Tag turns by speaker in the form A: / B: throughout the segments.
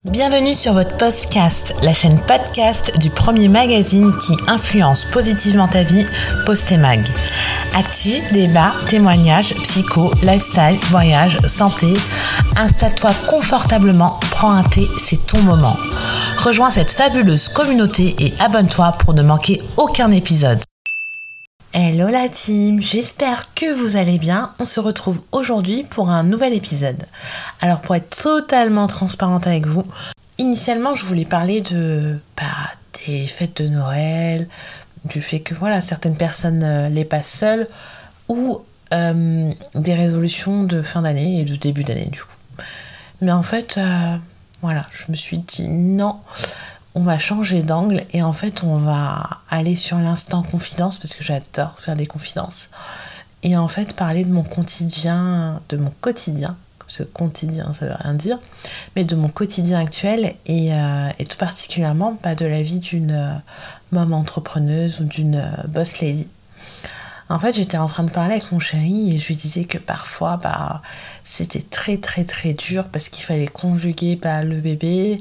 A: Bienvenue sur votre podcast, la chaîne podcast du premier magazine qui influence positivement ta vie, Postemag. Actu, débat, témoignages, psycho, lifestyle, voyage, santé. Installe-toi confortablement, prends un thé, c'est ton moment. Rejoins cette fabuleuse communauté et abonne-toi pour ne manquer aucun épisode. Hello la team, j'espère que vous allez bien. On se retrouve aujourd'hui pour un nouvel épisode. Alors pour être totalement transparente avec vous, initialement je voulais parler des fêtes de Noël, du fait que certaines personnes les passent seules ou des résolutions de fin d'année et de début d'année du coup. Mais en fait, je me suis dit non. On va changer d'angle et en fait on va aller sur l'instant confidence parce que j'adore faire des confidences et en fait parler de mon quotidien, parce que quotidien ça veut rien dire, mais de mon quotidien actuel et tout particulièrement de la vie d'une maman entrepreneuse ou d'une boss lady. En fait, j'étais en train de parler avec mon chéri et je lui disais que parfois, c'était très très très dur parce qu'il fallait conjuguer le bébé,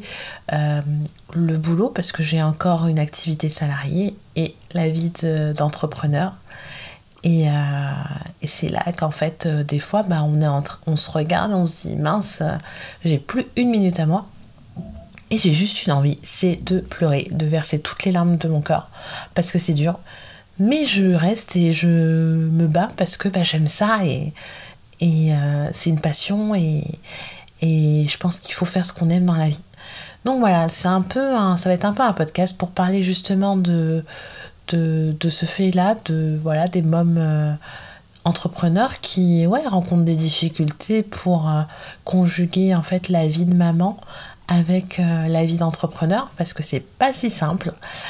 A: le boulot parce que j'ai encore une activité salariée et la vie d'entrepreneur. Et c'est là qu'en fait, des fois, on se regarde et on se dit mince, j'ai plus une minute à moi. Et j'ai juste une envie, c'est de pleurer, de verser toutes les larmes de mon corps parce que c'est dur. Mais je reste et je me bats parce que j'aime ça et c'est une passion et je pense qu'il faut faire ce qu'on aime dans la vie. Donc voilà, ça va être un peu un podcast pour parler justement de ce fait-là, des mômes entrepreneurs qui rencontrent des difficultés pour conjuguer en fait la vie de maman avec la vie d'entrepreneur parce que c'est pas si simple.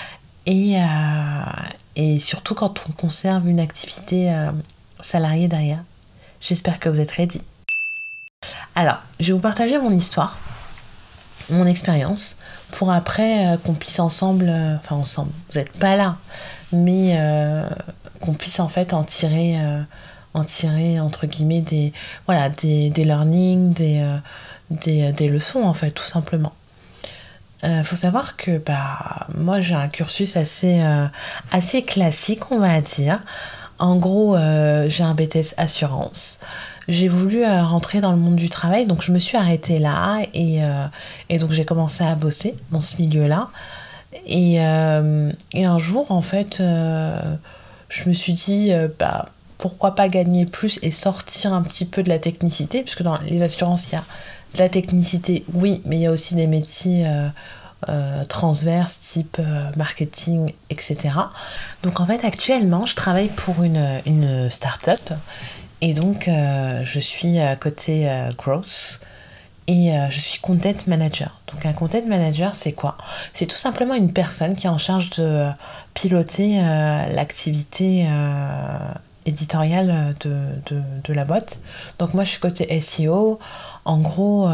A: Et surtout quand on conserve une activité salariée derrière. J'espère que vous êtes ready. Alors, je vais vous partager mon histoire, mon expérience, pour après qu'on puisse ensemble, vous n'êtes pas là, mais qu'on puisse en fait en tirer entre guillemets des learnings, des leçons en fait, tout simplement. Faut savoir que moi j'ai un cursus assez classique, on va dire. En gros, j'ai un BTS assurance. J'ai voulu rentrer dans le monde du travail, donc je me suis arrêtée là et donc j'ai commencé à bosser dans ce milieu-là. Et un jour, en fait, je me suis dit pourquoi pas gagner plus et sortir un petit peu de la technicité, puisque dans les assurances, il y a de la technicité, oui, mais il y a aussi des métiers transverses, type marketing, etc. Donc en fait, actuellement, je travaille pour une start-up et donc je suis côté growth et je suis content manager. Donc un content manager, c'est quoi ? C'est tout simplement une personne qui est en charge de piloter l'activité éditoriale de la boîte. Donc moi, je suis côté SEO. En gros,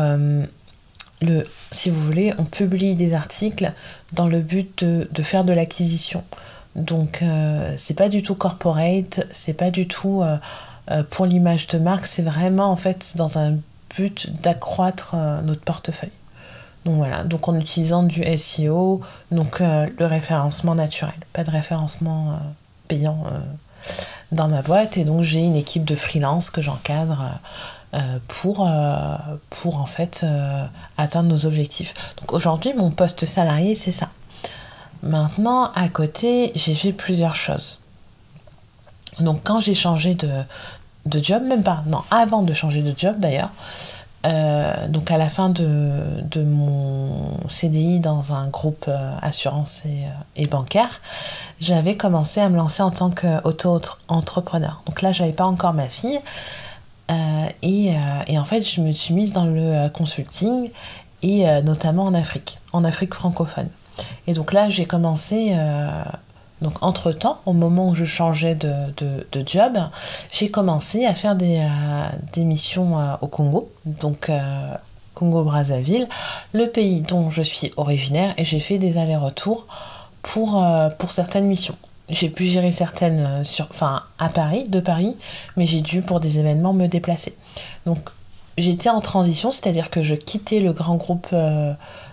A: si vous voulez, on publie des articles dans le but de faire de l'acquisition. Donc, c'est pas du tout corporate, c'est pas du tout pour l'image de marque, c'est vraiment en fait dans un but d'accroître notre portefeuille. Donc voilà, donc en utilisant du SEO, donc le référencement naturel, pas de référencement payant dans ma boîte. Et donc j'ai une équipe de freelance que j'encadre pour en fait atteindre nos objectifs. Donc aujourd'hui, mon poste salarié, c'est ça. Maintenant, à côté, j'ai fait plusieurs choses. Donc quand j'ai changé de job, avant de changer de job d'ailleurs, donc à la fin de mon CDI dans un groupe assurance et bancaire, j'avais commencé à me lancer en tant qu'auto-entrepreneur. Donc là, j'avais pas encore ma fille. Et en fait, je me suis mise dans le consulting et notamment en Afrique francophone. Et donc là, j'ai commencé, donc entre-temps, au moment où je changeais de job, j'ai commencé à faire des missions au Congo, donc Congo-Brazzaville, le pays dont je suis originaire, et j'ai fait des allers-retours pour certaines missions. J'ai pu gérer certaines de Paris, mais j'ai dû pour des événements me déplacer. Donc j'étais en transition, c'est-à-dire que je quittais le grand groupe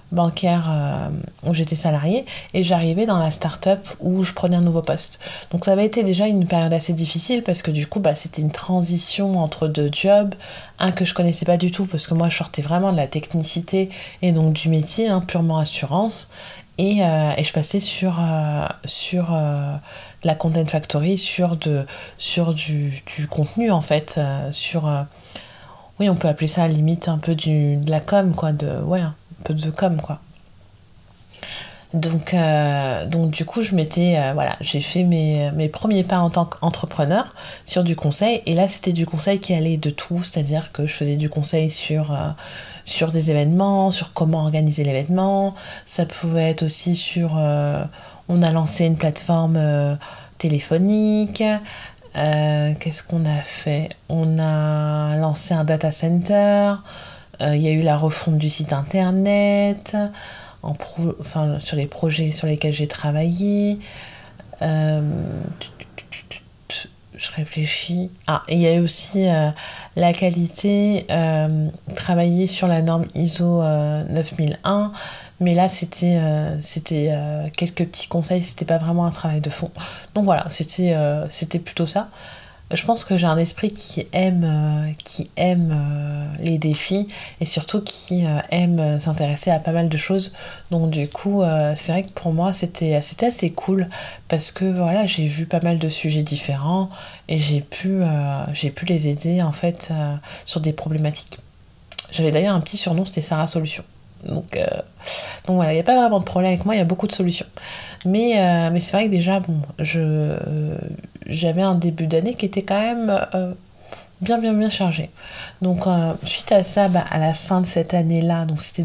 A: bancaire où j'étais salariée et j'arrivais dans la start-up où je prenais un nouveau poste. Donc ça avait été déjà une période assez difficile parce que du coup c'était une transition entre deux jobs, un que je connaissais pas du tout parce que moi je sortais vraiment de la technicité et donc du métier, purement assurance, et je passais sur de la content factory, sur du contenu en fait, oui, on peut appeler ça à la limite un peu de la com, quoi, un peu de com, quoi. Donc du coup, j'ai fait mes premiers pas en tant qu'entrepreneur sur du conseil. Et là, c'était du conseil qui allait de tout, c'est-à-dire que je faisais du conseil sur des événements, sur comment organiser l'événement. Ça pouvait être aussi on a lancé une plateforme téléphonique. Qu'est-ce qu'on a fait? On a lancé un data center. Il y a eu la refonte du site internet. Sur les projets sur lesquels j'ai travaillé. Je réfléchis. Et il y a eu aussi la qualité, travailler sur la norme ISO 9001. Mais là, c'était quelques petits conseils, c'était pas vraiment un travail de fond. Donc voilà, c'était plutôt ça. Je pense que j'ai un esprit qui aime les défis et surtout qui aime s'intéresser à pas mal de choses. Donc du coup, c'est vrai que pour moi, c'était assez cool parce que voilà, j'ai vu pas mal de sujets différents et j'ai pu les aider en fait sur des problématiques. J'avais d'ailleurs un petit surnom, c'était Sarah Solution. Donc voilà, il n'y a pas vraiment de problème avec moi, il y a beaucoup de solutions. Mais c'est vrai que déjà, j'avais un début d'année qui était quand même bien chargé. Donc suite à ça, à la fin de cette année-là, donc c'était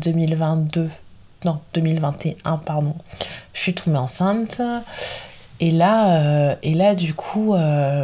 A: 2021, pardon, je suis tombée enceinte. Et là du coup,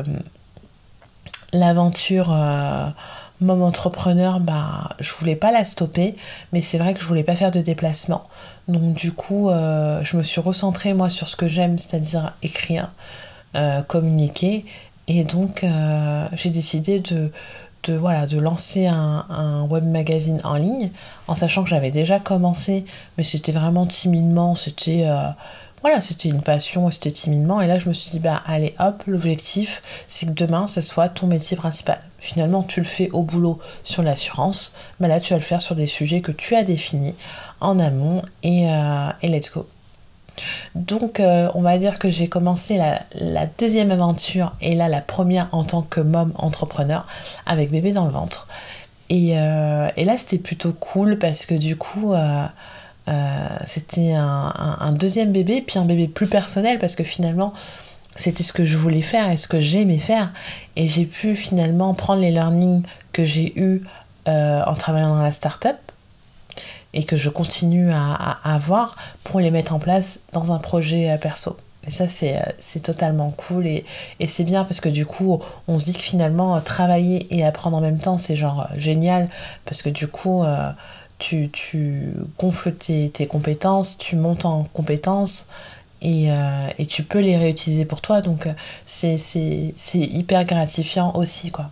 A: l'aventure Mom entrepreneur, je voulais pas la stopper, mais c'est vrai que je voulais pas faire de déplacement. Donc du coup, je me suis recentrée moi sur ce que j'aime, c'est-à-dire écrire, communiquer. Et donc, j'ai décidé de lancer un web magazine en ligne, en sachant que j'avais déjà commencé, mais c'était vraiment timidement, c'était une passion, c'était timidement. Et là, je me suis dit, allez hop, l'objectif, c'est que demain, ça soit ton métier principal. Finalement, tu le fais au boulot sur l'assurance, mais là, tu vas le faire sur des sujets que tu as définis en amont et let's go. Donc, on va dire que j'ai commencé la deuxième aventure et là, la première en tant que mom entrepreneur avec bébé dans le ventre. Et là, c'était plutôt cool parce que du coup, c'était un deuxième bébé, puis un bébé plus personnel parce que finalement, c'était ce que je voulais faire et ce que j'aimais faire. Et j'ai pu finalement prendre les learnings que j'ai eus en travaillant dans la start-up et que je continue à avoir pour les mettre en place dans un projet perso. Et ça, c'est totalement cool et c'est bien parce que du coup, on se dit que finalement, travailler et apprendre en même temps, c'est genre génial parce que du coup, tu gonfles tes compétences, tu montes en compétences et tu peux les réutiliser pour toi. Donc, c'est hyper gratifiant aussi, quoi.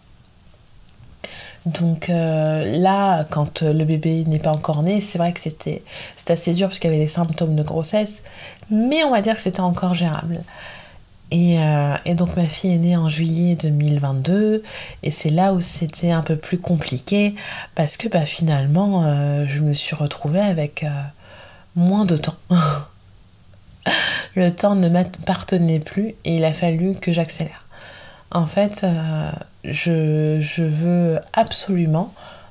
A: Donc là, quand le bébé n'est pas encore né, c'est vrai que c'était assez dur parce qu'il y avait les symptômes de grossesse, mais on va dire que c'était encore gérable. Et donc ma fille est née en juillet 2022 et c'est là où c'était un peu plus compliqué parce que finalement je me suis retrouvée avec moins de temps. Le temps ne m'appartenait plus et il a fallu que j'accélère. En fait, je veux absolument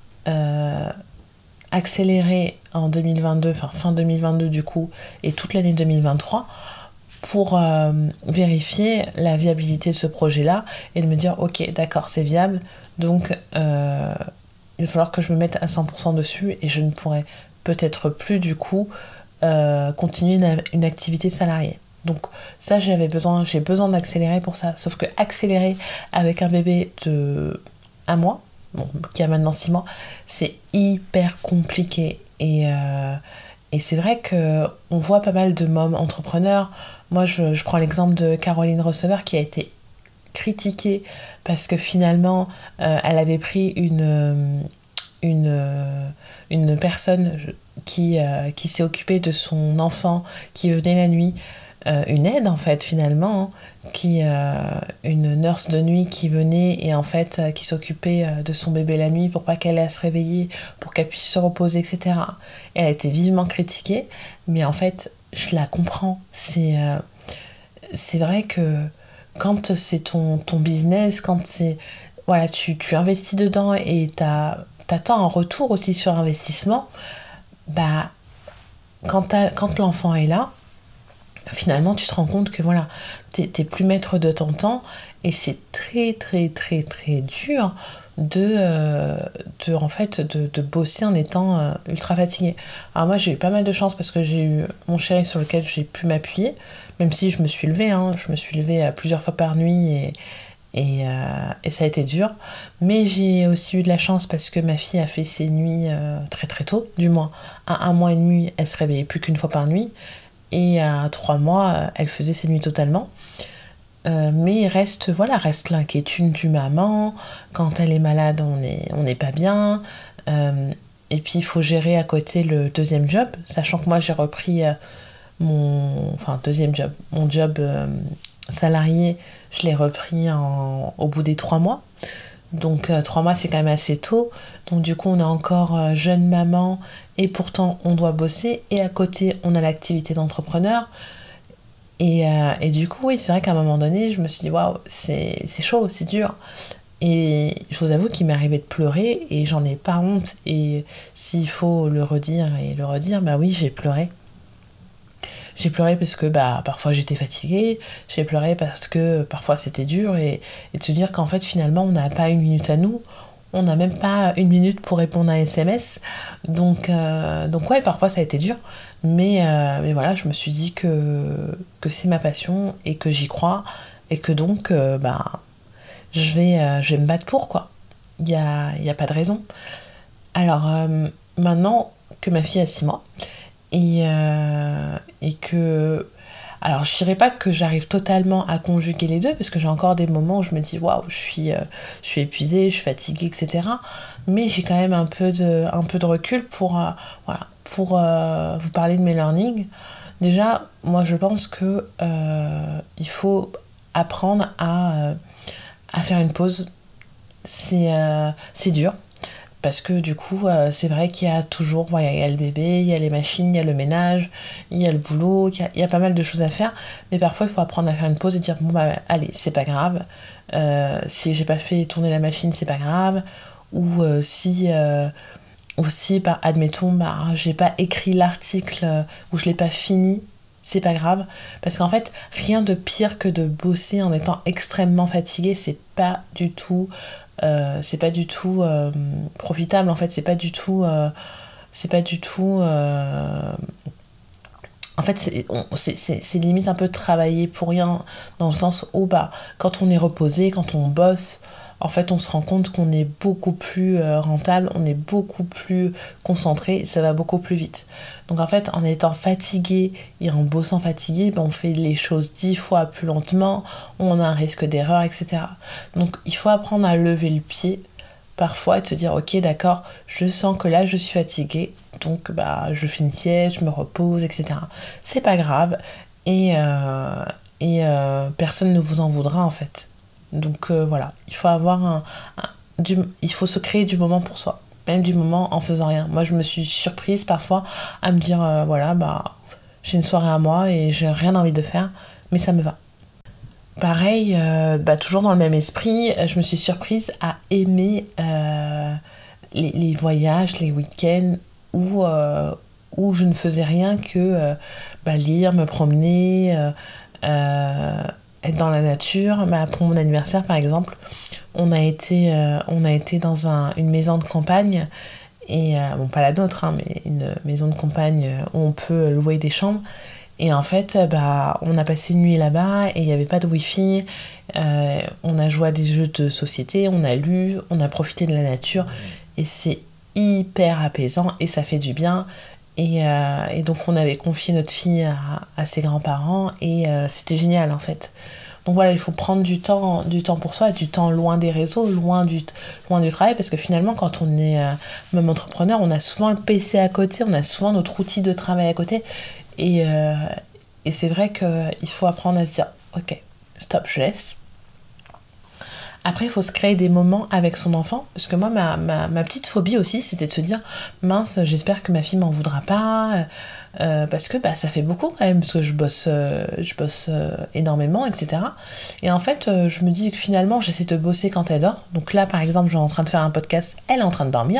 A: accélérer en 2022, fin 2022 du coup, et toute l'année 2023 pour vérifier la viabilité de ce projet-là et de me dire, ok, d'accord, c'est viable, donc il va falloir que je me mette à 100% dessus et je ne pourrai peut-être plus du coup continuer une activité salariée. Donc ça, j'ai besoin d'accélérer pour ça. Sauf que accélérer avec un bébé de 1 mois, qui a maintenant 6 mois, c'est hyper compliqué. Et c'est vrai qu'on voit pas mal de mômes entrepreneurs. Moi, je prends l'exemple de Caroline Receveur qui a été critiquée parce que finalement, elle avait pris une personne qui s'est occupée de son enfant qui venait la nuit, une aide en fait finalement, une nurse de nuit qui venait et en fait qui s'occupait de son bébé la nuit pour pas qu'elle ait à se réveiller, pour qu'elle puisse se reposer, etc. Et elle a été vivement critiquée, mais en fait je la comprends. C'est vrai que quand c'est ton business, quand c'est voilà, tu investis dedans et t'attends un retour aussi sur investissement, bah quand l'enfant est là, finalement tu te rends compte que voilà, t'es plus maître de ton temps et c'est très très très très dur en fait de bosser en étant ultra fatigué. Alors moi j'ai eu pas mal de chance parce que j'ai eu mon chéri sur lequel j'ai pu m'appuyer, même si je me suis levée, je me suis levée plusieurs fois par nuit et ça a été dur, mais j'ai aussi eu de la chance parce que ma fille a fait ses nuits très très tôt, du moins à 1 mois et demi elle se réveillait plus qu'une fois par nuit et à 3 mois elle faisait ses nuits totalement. Mais reste l'inquiétude du maman, quand elle est malade on n'est pas bien, et puis il faut gérer à côté le deuxième job, sachant que moi j'ai repris mon job salarié, je l'ai repris au bout des 3 mois. Donc 3 mois c'est quand même assez tôt. Donc du coup on est encore jeune maman et pourtant on doit bosser. Et à côté on a l'activité d'entrepreneur. Et du coup oui c'est vrai qu'à un moment donné je me suis dit waouh c'est chaud, c'est dur. Et je vous avoue qu'il m'est arrivé de pleurer et j'en ai pas honte. Et s'il faut le redire, bah oui j'ai pleuré. J'ai pleuré parce que parfois j'étais fatiguée, j'ai pleuré parce que parfois c'était dur et de se dire qu'en fait finalement on n'a pas 1 minute à nous, on n'a même pas 1 minute pour répondre à un SMS. Donc ouais, parfois ça a été dur, mais voilà, je me suis dit que c'est ma passion et que j'y crois et que donc je vais me battre pour quoi. Il y a pas de raison. Alors maintenant que ma fille a 6 mois, et que alors je dirais pas que j'arrive totalement à conjuguer les deux parce que j'ai encore des moments où je me dis waouh je suis épuisée, je suis fatiguée, etc. Mais j'ai quand même un peu de recul pour vous parler de mes learnings. Déjà moi je pense que il faut apprendre à faire une pause. C'est dur parce que du coup c'est vrai qu'il y a toujours il y a le bébé, il y a les machines, il y a le ménage, il y a le boulot, il y a pas mal de choses à faire, mais parfois il faut apprendre à faire une pause et dire bon allez c'est pas grave, si j'ai pas fait tourner la machine c'est pas grave, ou si admettons j'ai pas écrit l'article ou je l'ai pas fini, c'est pas grave, parce qu'en fait rien de pire que de bosser en étant extrêmement fatigué, c'est pas du tout profitable en fait, c'est pas du tout en fait c'est limite un peu travailler pour rien, dans le sens où quand on est reposé, quand on bosse, en fait on se rend compte qu'on est beaucoup plus rentable, on est beaucoup plus concentré, ça va beaucoup plus vite. Donc en fait en étant fatigué et en bossant fatigué, on fait les choses 10 fois plus lentement, on a un risque d'erreur, etc. Donc il faut apprendre à lever le pied parfois et de se dire ok d'accord, je sens que là je suis fatiguée, donc je fais une sieste, je me repose, etc. C'est pas grave et personne ne vous en voudra en fait. Donc voilà, il faut avoir il faut se créer du moment pour soi, même du moment en faisant rien. Moi je me suis surprise parfois à me dire j'ai une soirée à moi et j'ai rien envie de faire, mais ça me va. Pareil, toujours dans le même esprit, je me suis surprise à aimer les voyages, les week-ends où je ne faisais rien que lire, me promener, être dans la nature. Pour mon anniversaire par exemple, on a été dans une maison de campagne, et pas la nôtre, mais une maison de campagne où on peut louer des chambres. Et en fait, on a passé une nuit là-bas et il n'y avait pas de wifi. On a joué à des jeux de société, on a lu, on a profité de la nature. Et c'est hyper apaisant et ça fait du bien. Et donc on avait confié notre fille à ses grands-parents et c'était génial en fait. Donc voilà, il faut prendre du temps pour soi, du temps loin des réseaux, loin du travail, parce que finalement, quand on est même entrepreneur, on a souvent le PC à côté, on a souvent notre outil de travail à côté, et c'est vrai qu'il faut apprendre à se dire, ok, stop, je laisse. Après, il faut se créer des moments avec son enfant, parce que moi, ma petite phobie aussi, c'était de se dire, mince, j'espère que ma fille m'en voudra pas, parce que ça fait beaucoup quand même, parce que je bosse énormément, etc. Et en fait, je me dis que finalement, j'essaie de bosser quand elle dort. Donc là, par exemple, je suis en train de faire un podcast, elle est en train de dormir.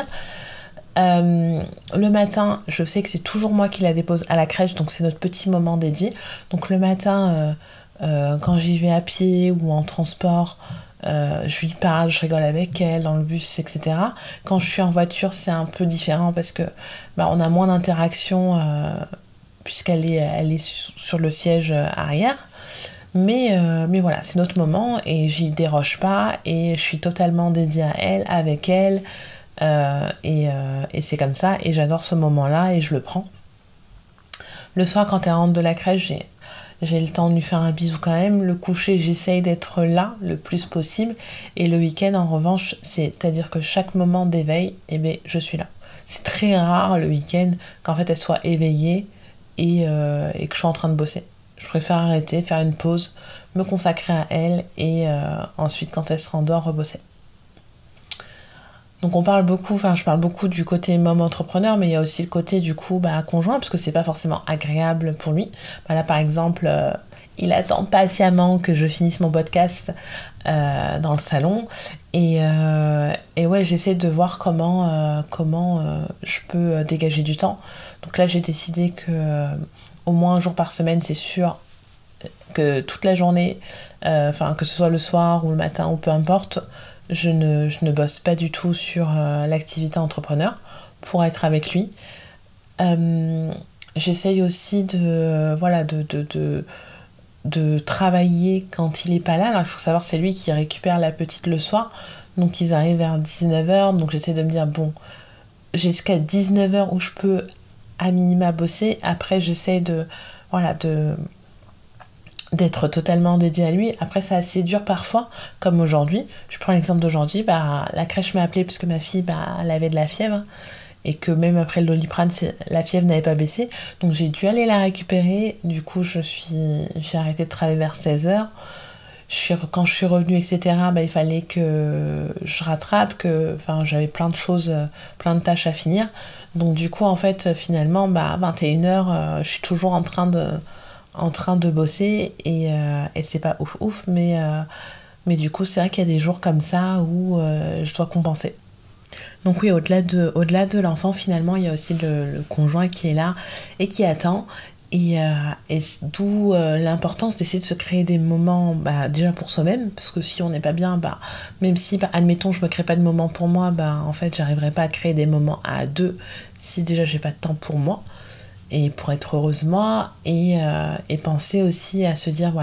A: Le matin, je sais que c'est toujours moi qui la dépose à la crèche, donc c'est notre petit moment dédié. Donc le matin, quand j'y vais à pied ou en transport, je lui parle, je rigole avec elle dans le bus, etc. Quand je suis en voiture, c'est un peu différent parce que on a moins d'interaction puisqu'elle est sur le siège arrière. Mais voilà, c'est notre moment et j'y déroge pas et je suis totalement dédiée à elle, avec elle. Et c'est comme ça et j'adore ce moment-là et je le prends. Le soir, quand elle rentre de la crèche, j'ai le temps de lui faire un bisou quand même. Le coucher, j'essaye d'être là le plus possible. Et le week-end, en revanche, c'est-à-dire que chaque moment d'éveil, je suis là. C'est très rare le week-end qu'en fait elle soit éveillée et que je sois en train de bosser. Je préfère arrêter, faire une pause, me consacrer à elle et ensuite, quand elle se rendort, rebosser. Donc je parle beaucoup du côté maman entrepreneur, mais il y a aussi le côté du coup conjoint, parce que c'est pas forcément agréable pour lui. Là par exemple, il attend patiemment que je finisse mon podcast dans le salon, et ouais, j'essaie de voir comment je peux dégager du temps. Donc là j'ai décidé que au moins un jour par semaine, c'est sûr, que toute la journée, que ce soit le soir ou le matin ou peu importe, je ne bosse pas du tout sur l'activité entrepreneur pour être avec lui. J'essaye aussi de travailler quand il n'est pas là. Alors, il faut savoir, c'est lui qui récupère la petite le soir. Donc ils arrivent vers 19h. Donc j'essaie de me dire, bon, j'ai jusqu'à 19h où je peux à minima bosser. Après, j'essaie d'être totalement dédiée à lui. Après, c'est assez dur parfois, comme aujourd'hui. Je prends l'exemple d'aujourd'hui, la crèche m'a appelée parce que ma fille, elle avait de la fièvre, et que même après le Doliprane, la fièvre n'avait pas baissé. Donc j'ai dû aller la récupérer. Du coup, j'ai arrêté de travailler vers 16h. Quand je suis revenue, etc., il fallait que je rattrape, j'avais plein de choses, plein de tâches à finir. Donc du coup, en fait, finalement, à 21h, je suis toujours en train de bosser et c'est pas ouf, mais du coup c'est vrai qu'il y a des jours comme ça où je dois compenser. Donc oui, au-delà de l'enfant, finalement il y a aussi le conjoint qui est là et qui attend, et d'où l'importance d'essayer de se créer des moments déjà pour soi-même, parce que si on n'est pas bien, même si admettons je me crée pas de moments pour moi, en fait j'arriverai pas à créer des moments à deux si déjà j'ai pas de temps pour moi et pour être heureuse moi, et penser aussi à se dire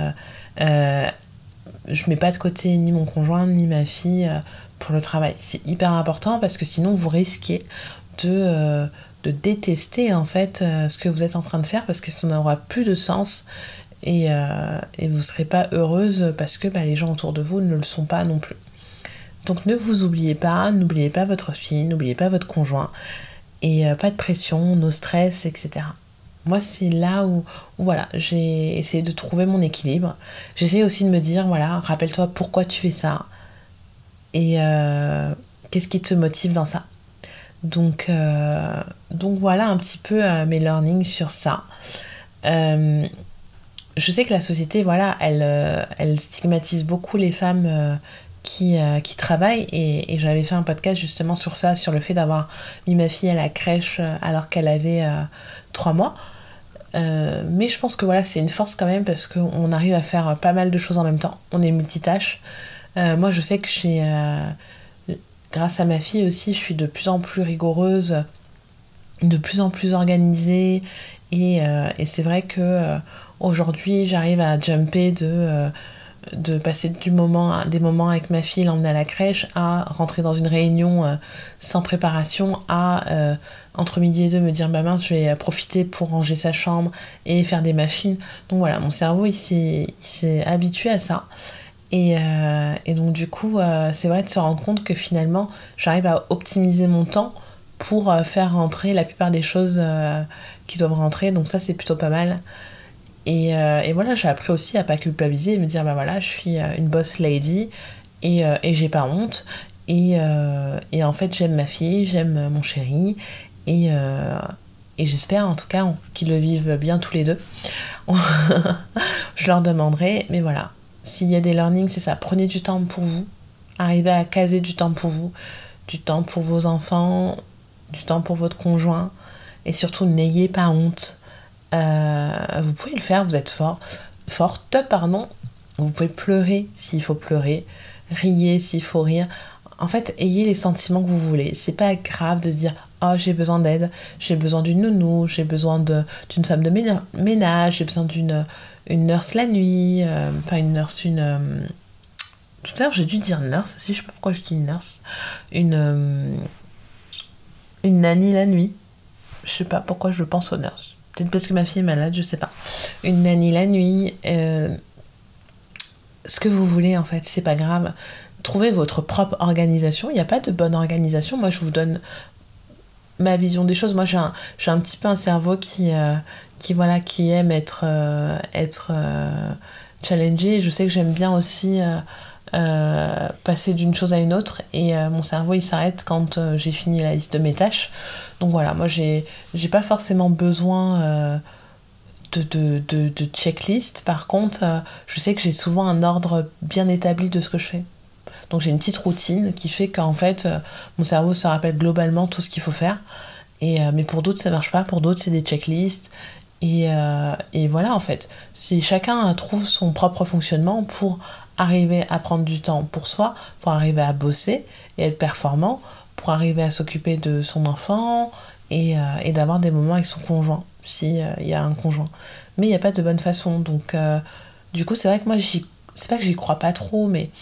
A: je mets pas de côté ni mon conjoint ni ma fille pour le travail. C'est hyper important parce que sinon vous risquez de détester en fait ce que vous êtes en train de faire, parce que ça n'aura plus de sens et vous serez pas heureuse parce que les gens autour de vous ne le sont pas non plus. Donc ne vous oubliez pas, n'oubliez pas votre fille, n'oubliez pas votre conjoint. Et pas de pression, no stress, etc. Moi, c'est là où j'ai essayé de trouver mon équilibre. J'essaie aussi de me dire, rappelle-toi pourquoi tu fais ça. Et qu'est-ce qui te motive dans ça. Donc voilà un petit peu mes learnings sur ça. Je sais que la société, elle stigmatise beaucoup les femmes qui travaillent, et j'avais fait un podcast justement sur ça, sur le fait d'avoir mis ma fille à la crèche alors qu'elle avait 3 mois. Mais je pense que c'est une force quand même, parce qu'on arrive à faire pas mal de choses en même temps. On est multitâche. Moi, je sais que grâce à ma fille aussi, je suis de plus en plus rigoureuse, de plus en plus organisée, et c'est vrai que aujourd'hui, j'arrive à jumper de passer des moments avec ma fille, l'emmener à la crèche, à rentrer dans une réunion sans préparation, à entre midi et deux me dire bah mince, je vais profiter pour ranger sa chambre et faire des machines. Donc voilà, mon cerveau il s'est habitué à ça. Et donc du coup, c'est vrai de se rendre compte que finalement, j'arrive à optimiser mon temps pour faire rentrer la plupart des choses qui doivent rentrer. Donc ça, c'est plutôt pas mal. Et voilà, j'ai appris aussi à pas culpabiliser et me dire bah voilà, je suis une boss lady et j'ai pas honte. Et en fait, j'aime ma fille, j'aime mon chéri. Et j'espère en tout cas qu'ils le vivent bien tous les deux. Je leur demanderai, mais voilà. S'il y a des learnings, c'est ça. Prenez du temps pour vous. Arrivez à caser du temps pour vous. Du temps pour vos enfants. Du temps pour votre conjoint. Et surtout, n'ayez pas honte. Vous pouvez le faire, vous êtes forte. Vous pouvez pleurer s'il faut pleurer. Riez s'il faut rire. En fait, ayez les sentiments que vous voulez. C'est pas grave de se dire « Oh, j'ai besoin d'aide. J'ai besoin d'une nounou. J'ai besoin d'une femme de ménage. J'ai besoin d'une nurse la nuit. » Tout à l'heure, j'ai dû dire nurse aussi. Je sais pas pourquoi je dis nurse. Une nanny la nuit. Je sais pas pourquoi je pense aux nurses. Peut-être parce que ma fille est malade, je sais pas. Une nanny la nuit. Ce que vous voulez, en fait, c'est pas grave. Trouvez votre propre organisation. Il n'y a pas de bonne organisation. Moi, je vous donne ma vision des choses. Moi, j'ai un petit peu un cerveau qui aime être challengé. Je sais que j'aime bien aussi passer d'une chose à une autre. Et mon cerveau, il s'arrête quand j'ai fini la liste de mes tâches. Donc voilà, moi, j'ai pas forcément besoin de checklist. Par contre, je sais que j'ai souvent un ordre bien établi de ce que je fais. Donc j'ai une petite routine qui fait qu'en fait, mon cerveau se rappelle globalement tout ce qu'il faut faire. Mais pour d'autres, ça marche pas. Pour d'autres, c'est des checklists. Et voilà, en fait. Si chacun trouve son propre fonctionnement pour arriver à prendre du temps pour soi, pour arriver à bosser et être performant, pour arriver à s'occuper de son enfant et d'avoir des moments avec son conjoint, s'il y a un conjoint. Mais il n'y a pas de bonne façon. Donc, du coup, c'est vrai que moi, c'est pas que j'y crois pas trop, mais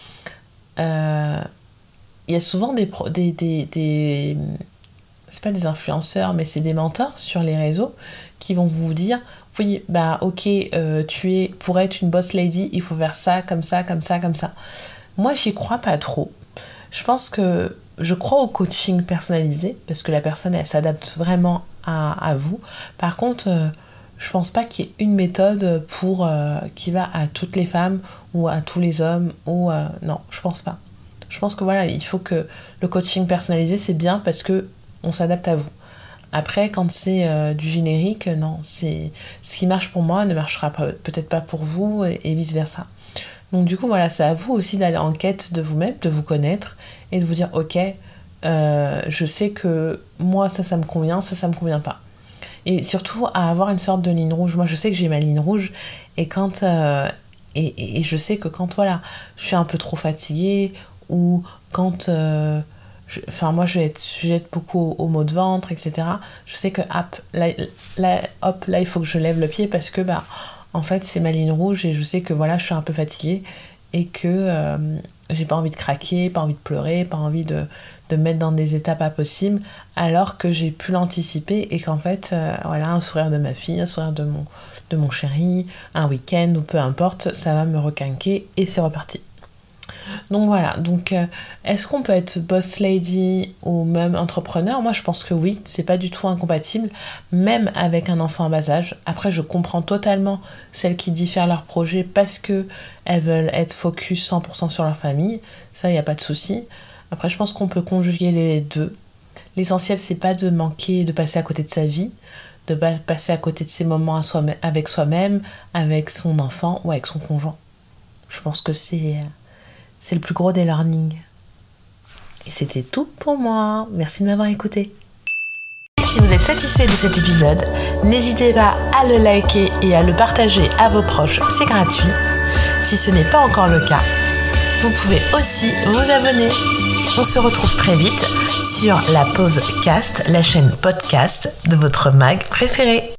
A: il y a souvent des c'est pas des influenceurs, mais c'est des mentors sur les réseaux qui vont vous dire oui, bah ok, pour être une boss lady, il faut faire ça, comme ça, comme ça, comme ça. Moi, j'y crois pas trop. Je crois au coaching personnalisé, parce que la personne, elle s'adapte vraiment à vous. Par contre, je pense pas qu'il y ait une méthode qui va à toutes les femmes ou à tous les hommes non, je pense pas. Je pense que voilà, il faut que le coaching personnalisé, c'est bien parce que on s'adapte à vous. Après, quand c'est du générique, non, c'est ce qui marche pour moi ne marchera peut-être pas pour vous et vice versa. Donc du coup, voilà, c'est à vous aussi d'aller en quête de vous-même, de vous connaître et de vous dire ok, je sais que moi ça me convient, ça me convient pas. Et surtout à avoir une sorte de ligne rouge. Moi, je sais que j'ai ma ligne rouge et quand et je sais que quand voilà, je suis un peu trop fatiguée ou quand moi je vais être sujette beaucoup aux maux de ventre, etc. Je sais que là il faut que je lève le pied parce que en fait c'est ma ligne rouge et je sais que voilà, je suis un peu fatiguée et que j'ai pas envie de craquer, pas envie de pleurer, pas envie de me mettre dans des états pas possibles, alors que j'ai pu l'anticiper et qu'en fait voilà, un sourire de ma fille, un sourire de mon chéri, un week-end ou peu importe, ça va me requinquer et c'est reparti. Donc voilà, est-ce qu'on peut être boss lady ou même entrepreneur ? Moi je pense que oui, c'est pas du tout incompatible, même avec un enfant en bas âge. Après je comprends totalement celles qui diffèrent leur projet parce que elles veulent être focus 100% sur leur famille, ça y a pas de souci. Après je pense qu'on peut conjuguer les deux. L'essentiel c'est pas de manquer, de passer à côté de sa vie, de passer à côté de ses moments avec soi-même, avec son enfant ou avec son conjoint. Je pense que c'est le plus gros des learnings. Et c'était tout pour moi. Merci de m'avoir écouté. Si vous êtes satisfait de cet épisode, n'hésitez pas à le liker et à le partager à vos proches, c'est gratuit. Si ce n'est pas encore le cas, vous pouvez aussi vous abonner. On se retrouve très vite sur la Pause Cast, la chaîne podcast de votre mag préféré.